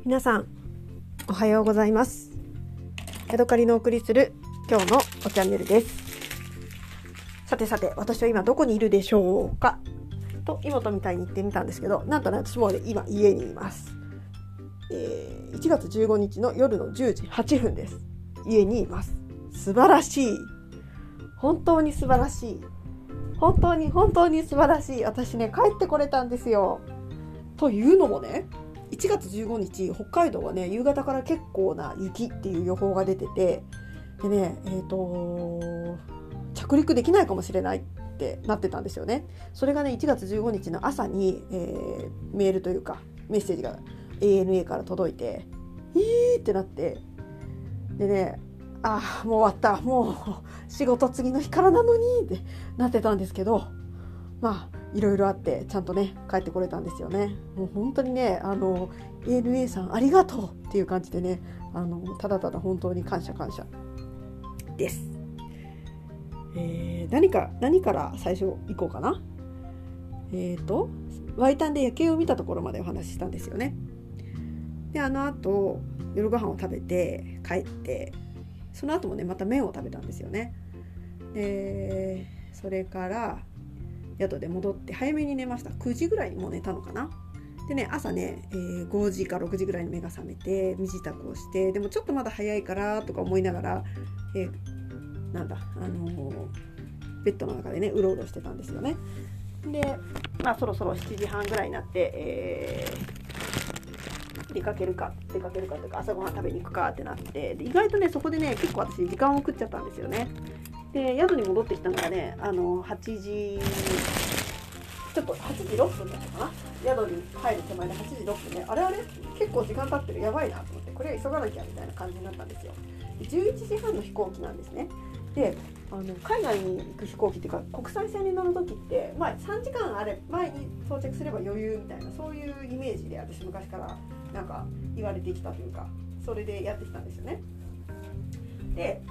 皆さんおはようございます。ヤドカリのお送りする今日のチャンネルです。さて私は今どこにいるでしょうかと妹みたいに言ってみたんですけど、なんとね私も今家にいます。1月15日の夜の10時8分です。家にいます。素晴らしい、本当に素晴らしい、本当に素晴らしい。私ね帰ってこれたんですよ。というのもね、1月15日北海道はね夕方から結構な雪っていう予報が出てて、でね着陸できないかもしれないってなってたんですよね。それがね1月15日の朝に、メールというかメッセージが ANA から届いてってなって、でねもう終わった、もう仕事次の日からなのにってなってたんですけど、いろいろあってちゃんとね帰ってこれたんですよね。もう本当にねANA さんありがとうっていう感じでねただただ本当に感謝です。何から最初行こうかな。ワイタンで夜景を見たところまでお話ししたんですよね。であと夜ご飯を食べて帰って、その後もねまた麺を食べたんですよね。でそれから宿で戻って早めに寝ました。9時ぐらいにもう寝たのかな。でね朝ね、5時か6時ぐらいに目が覚めて身支度をして、でもちょっとまだ早いからとか思いながら、ベッドの中でねうろうろしてたんですよね。でそろそろ7時半ぐらいになって、出かけるかというか朝ごはん食べに行くかってなって、で意外とねそこでね結構私時間を食っちゃったんですよね。で宿に戻ってきたのがね8時6分だったかな。宿に入る手前で8時6分ね、あれ結構時間経ってる、やばいなと思って、これは急がなきゃみたいな感じになったんですよ。11時半の飛行機なんですね。で海外に行く飛行機っていうか国際線に乗る時って、3時間前に到着すれば余裕みたいな、そういうイメージで私昔からなんか言われてきたというか、それでやってきたんですよね。で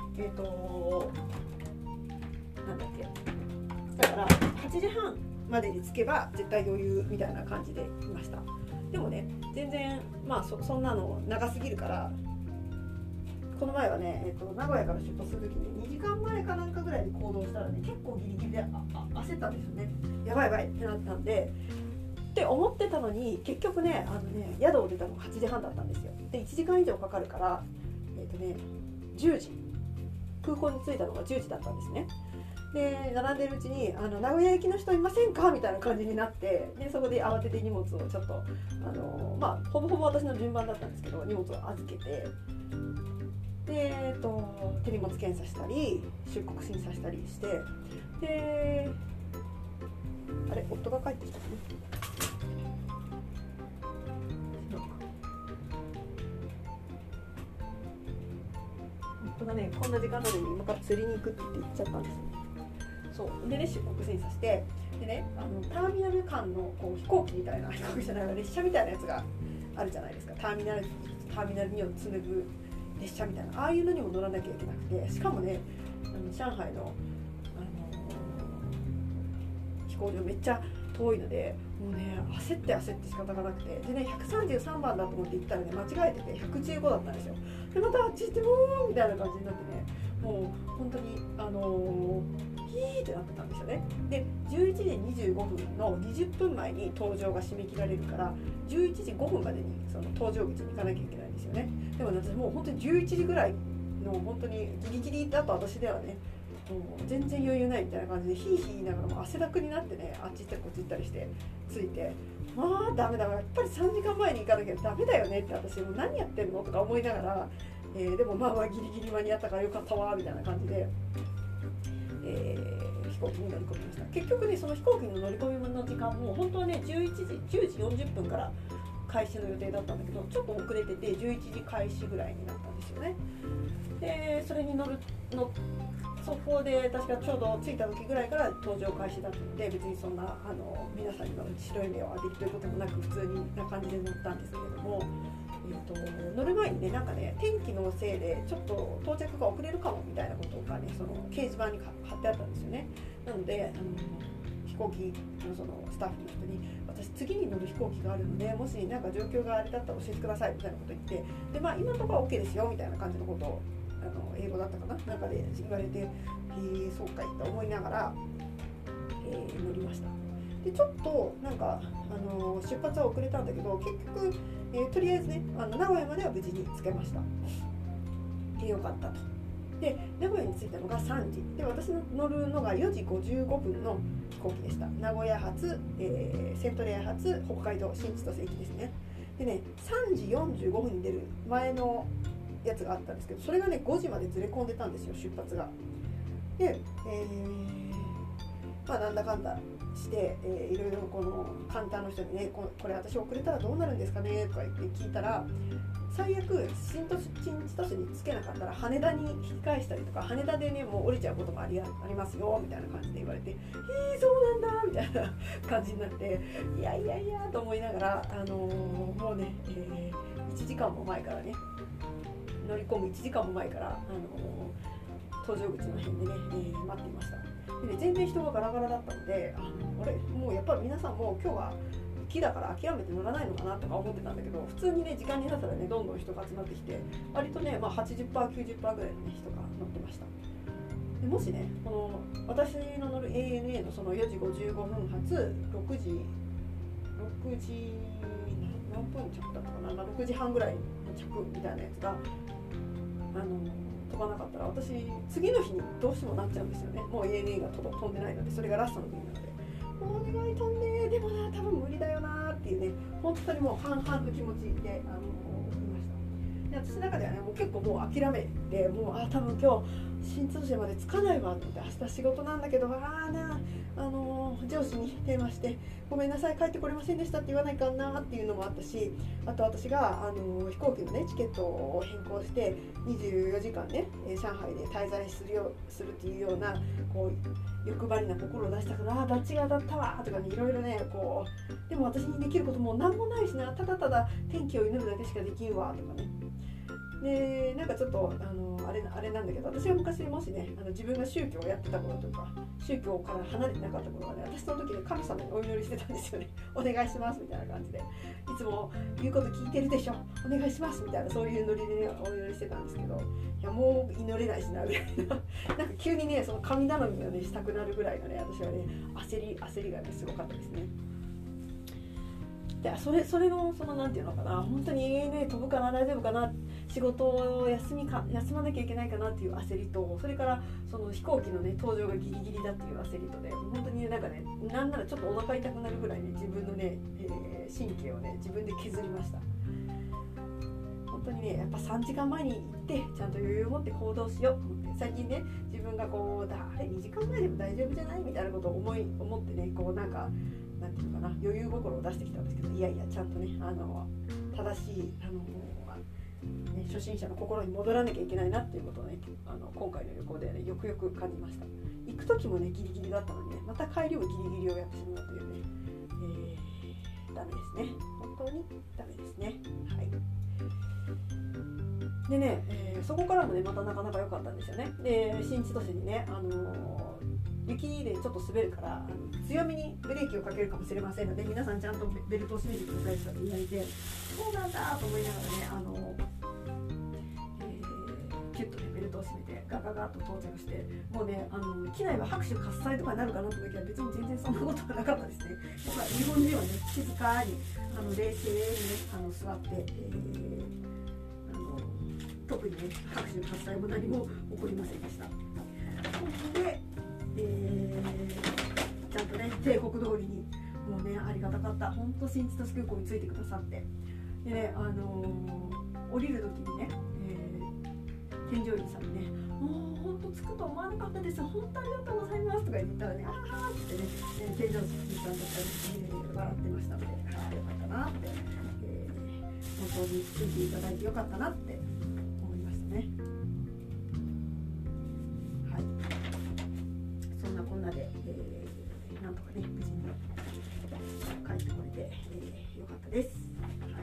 だから8時半までに着けば絶対余裕みたいな感じでいました。でもね全然そんなの長すぎるから、この前はね、名古屋から出発する時に2時間前かなんかぐらいで行動したらね結構ギリギリで焦ったんですよね。やばいってなったんでって思ってたのに、結局ね宿を出たのが8時半だったんですよ。で1時間以上かかるから10時空港に着いたのが10時だったんですね。で並んでるうちに名古屋行きの人いませんかみたいな感じになって、でそこで慌てて荷物をちょっとほぼ私の順番だったんですけど、荷物を預けて、で手荷物検査したり出国審査したりして、で夫が帰ってきたかな。夫がねこんな時間なのに今から釣りに行くって言っちゃったんですよ。そうでね出国審査して、でねターミナル間の飛行機みたいな、飛行機じゃないわ列車みたいなやつがあるじゃないですか。ターミナルにつなぐ列車みたいな、ああいうのにも乗らなきゃいけなくて、しかもね上海の、飛行場めっちゃ遠いので、もうね焦って仕方がなくて、でね133番だと思って行ったらね間違えてて115だったんですよ。でまたあっち行ってみたいな感じになってね、もう本当にってなってたんですよね。で11時25分の20分前に搭乗が締め切られるから、11時5分までにその搭乗口に行かなきゃいけないんですよね。でも私もう本当に11時ぐらいの本当にギリギリだと私ではねもう全然余裕ないみたいな感じでヒー言いながらも汗だくになってね、あっち行ったりこっち行ったりして着いて、ダメやっぱり3時間前に行かなきゃダメだよねって、私もう何やってんのとか思いながら、でもギリギリ間に合ったからよかったわみたいな感じで、飛行機に乗り込みました。結局ねその飛行機の乗り込みの時間も本当はね10時40分から開始の予定だったんだけど、ちょっと遅れてて11時開始ぐらいになったんですよね。でそれにそこで確かちょうど着いた時ぐらいから搭乗開始だったので、別にそんな皆さんに白い目を浴びるということもなく普通な感じで乗ったんですけれども、乗る前にね天気のせいでちょっと到着が遅れるかもみたいなことがねその掲示板に貼ってあったんですよね。なので飛行機のそのスタッフの人に私次に乗る飛行機があるのでもしなんか状況があれだったら教えてくださいみたいなこと言ってで、まあ、今のところは OK ですよみたいな感じのことを英語だったかな中で言われてそうかいと思いながら、乗りました。でちょっとなんか、出発は遅れたんだけど結局、とりあえずね名古屋までは無事に着けました。よかったと。で名古屋に着いたのが3時で私の乗るのが4時55分の飛行機でした。名古屋発、セントレア発北海道新千歳駅ですね。でね3時45分に出る前のやつがあったんですけどそれがね5時までずれ込んでたんですよ出発が。で、まあなんだかんだして、いろいろこのカウンターの人にねこれ私遅れたらどうなるんですかねとか言って聞いたら最悪新千歳に着けなかったら羽田に引き返したりとか羽田でねもう降りちゃうこともありますよみたいな感じで言われてそうなんだみたいな感じになっていやと思いながら、もうね、1時間も前からね乗り込む1時間も前から、搭乗口の辺でね、待っていました。でね全然人がガラガラだったのであれもうやっぱり皆さんも今日は木だから諦めて乗らないのかなとか思ってたんだけど普通にね時間になったらねどんどん人が集まってきて割とね、まあ、80%、90% ぐらいの、ね、人が乗ってました。でもしねこの私の乗る ANA のその4時55分発6時何分着だったかな6時半ぐらいの着みたいなやつが飛ばなかったら私次の日にどうしてもなっちゃうんですよね。もう ANA が飛んでないのでそれがラストの便なのでお願い飛んででもな多分無理だよなっていうね本当にもう半々の気持ちでいました。で私の中ではねもう結構もう諦めてもう多分今日新千歳まで着かないわって明日仕事なんだけど上司に電話してごめんなさい帰ってこれませんでしたって言わないかなっていうのもあったしあと私が飛行機のねチケットを変更して24時間ね上海で滞在するっていうようなこう欲張りな心を出したからバッチが当たったわとかねいろいろねこうでも私にできることも何もないしなただただ天気を祈るだけしかできんわとかねでなんかちょっとあれなんだけど私が昔もしね自分が宗教をやってた頃とか宗教から離れてなかった頃はね私その時ね神様にお祈りしてたんですよねお願いしますみたいな感じでいつも言うこと聞いてるでしょお願いしますみたいなそういうノリでねお祈りしてたんですけどいやもう祈れないしなぐらいななんか急にねその神頼みをねしたくなるぐらいのね私はね焦りがねすごかったですね。でそれのそのなんていうのかな本当に ANA 飛ぶかな大丈夫かな仕事を休まなきゃいけないかなっていう焦りとそれからその飛行機のね搭乗がギリギリだっていう焦りとで本当にねなんかねなんならちょっとお腹痛くなるぐらいね自分のね、神経をね自分で削りました。本当にねやっぱ3時間前に行ってちゃんと余裕を持って行動しようと思って最近ね自分がこうあれ2時間前でも大丈夫じゃないみたいなことを思ってねこうなんていうのかな余裕心を出してきたんですけどいやちゃんとね正しい初心者の心に戻らなきゃいけないなっていうことをね今回の旅行で、ね、よくよく感じました。行く時もねギリギリだったのにねまた帰りもギリギリをやってしまうというね、ダメですね本当にダメですね。はいでね、そこからもねまたなかなか良かったんですよね。で新千歳にね雪でちょっと滑るから強めにブレーキをかけるかもしれませんので皆さんちゃんとベルトを締めてくださいと言われてそうなんだと思いながらねキュッとねベルトを締めてガガガッと到着してもうね機内は拍手喝采とかになるかなと思いきや別に全然そんなことはなかったですね。やっぱ日本人はね静かに冷静にね座って、特にね拍手喝采も何も起こりませんでした。でちゃんとね帝国通りにもうねありがたかった本当新千歳空港に着いてくださってでね降りる時にね、添乗員さんにねもう本当着くと思わなかったです本当ありがとうございますとか言ったらねあーってね添乗員さんだったら、笑ってましたのでよかったなって、本当についていただいてよかったなって思いましたね。こんなで、なんとかね無事に帰ってこれて、よかったです、はい、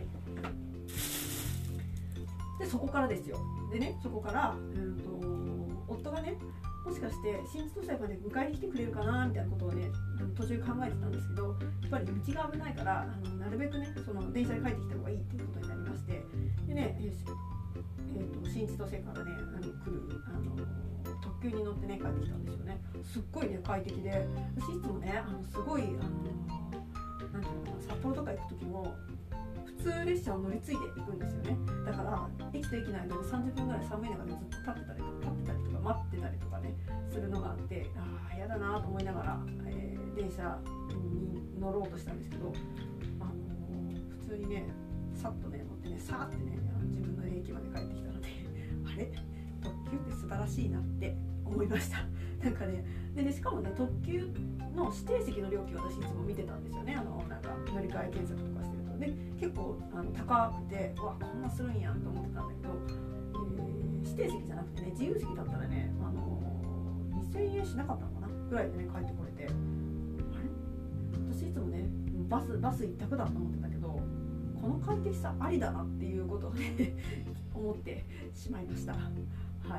でそこからですよ。でねそこから、夫がねもしかして新千歳まで迎えに来てくれるかなみたいなことをね途中考えてたんですけど、やっぱり道が危ないからなるべくねその電車で帰ってきた方がいいっていうことになりまして、でね、新千歳からね来る特急に乗ってね帰ってきたんですよね。すっごいね快適で、私いつもねすごいなんていうのかな、札幌とか行く時も普通列車を乗り継いで行くんですよね。だから駅と駅の間で30分ぐらい寒い中でずっと立ってたりとか待ってたりとかねするのがあって、嫌だなと思いながら、電車に乗ろうとしたんですけど、普通にねさっとね乗ってねさーってね自分の駅まで帰ってきたのであれ特急って素晴らしいなって思いました。なんかね、でねしかもね特急の指定席の料金を私いつも見てたんですよね。なんか乗り換え検索とかしてるとで結構高くて、うわこんなするんやんと思ってたんだけど、指定席じゃなくてね自由席だったらね2000円しなかったのかなぐらいでね帰ってこれて、あれ私いつもねバス一択だと思ってたけど、この快適さありだなっていうことをね思ってしまいました。はい、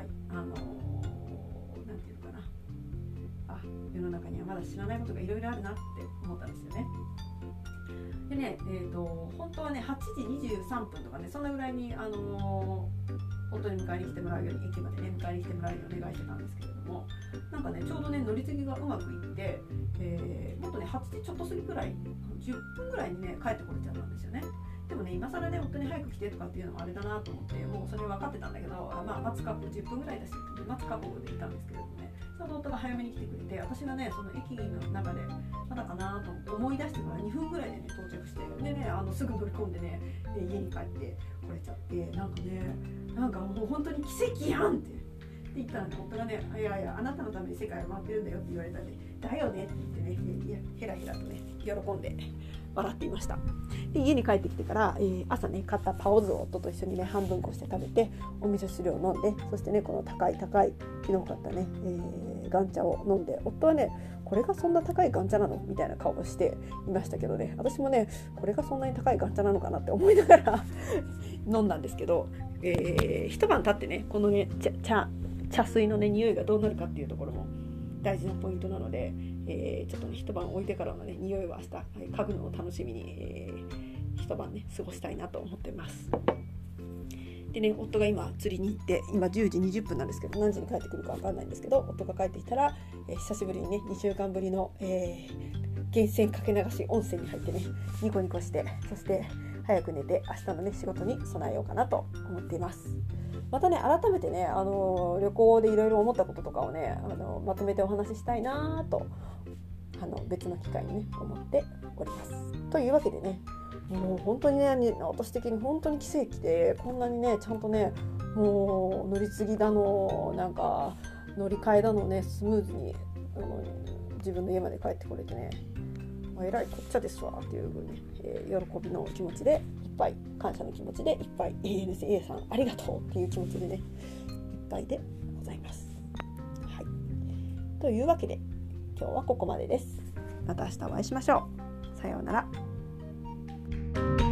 なんていうのかな、世の中にはまだ知らないことがいろいろあるなって思ったんですよね。でね、本当はね8時23分とかねそんなぐらいに夫に迎えに来てもらうように駅までね迎えに来てもらうようにお願いしてたんですけれども、なんかねちょうどね乗り継ぎがうまくいって、もっとね8時ちょっと過ぎくらい10分ぐらいにね帰ってこれちゃったんですよね。でもね今更ね夫に早く来てとかっていうのもあれだなと思って、もうそれ分かってたんだけど、待つ覚悟10分ぐらいだし待つ覚悟でいたんですけれどもね、その夫が早めに来てくれて、私がねその駅の中でまだかなと思って思い出してから2分ぐらいでね到着して、でねすぐ乗り込んでね家に帰ってこれちゃって、なんかもう本当に奇跡やんって言ったらね夫がねいやあなたのために世界を回ってるんだよって言われたんで、だよねって言ってねヘラヘラとね喜んで笑っていました。で家に帰ってきてから、朝ね買ったパオズを夫と一緒にね半分こして食べてお味噌汁を飲んで、そしてねこの高い昨日買ったね、岩茶を飲んで、夫はねこれがそんな高い岩茶なのみたいな顔をしていましたけどね、私もねこれがそんなに高い岩茶なのかなって思いながら飲んだんですけど、一晩経ってねこのね茶水のね匂いがどうなるかっていうところも大事なポイントなので、ちょっとね一晩置いてからのね匂いは明日嗅ぐのを楽しみに、一晩ね過ごしたいなと思ってます。でね夫が今釣りに行って今10時20分なんですけど、何時に帰ってくるか分かんないんですけど、夫が帰ってきたら、久しぶりにね2週間ぶりの、源泉かけ流し温泉に入ってねニコニコして、そして早く寝て明日のね仕事に備えようかなと思っています。またね改めてね旅行でいろいろ思ったこととかをねまとめてお話ししたいなと別の機会にね思っております。というわけでね、もう本当にね私的に本当に奇跡で、こんなにねちゃんとねもう乗り継ぎだのなんか乗り換えだのねスムーズに自分の家まで帰ってこれてね、えらいこっちゃですわっていう風に、喜びの気持ちでいっぱい、感謝の気持ちでいっぱい、ANSA さんありがとうっていう気持ちでねいっぱいでございます。はい、というわけで今日はここまでです。また明日お会いしましょう。さようなら。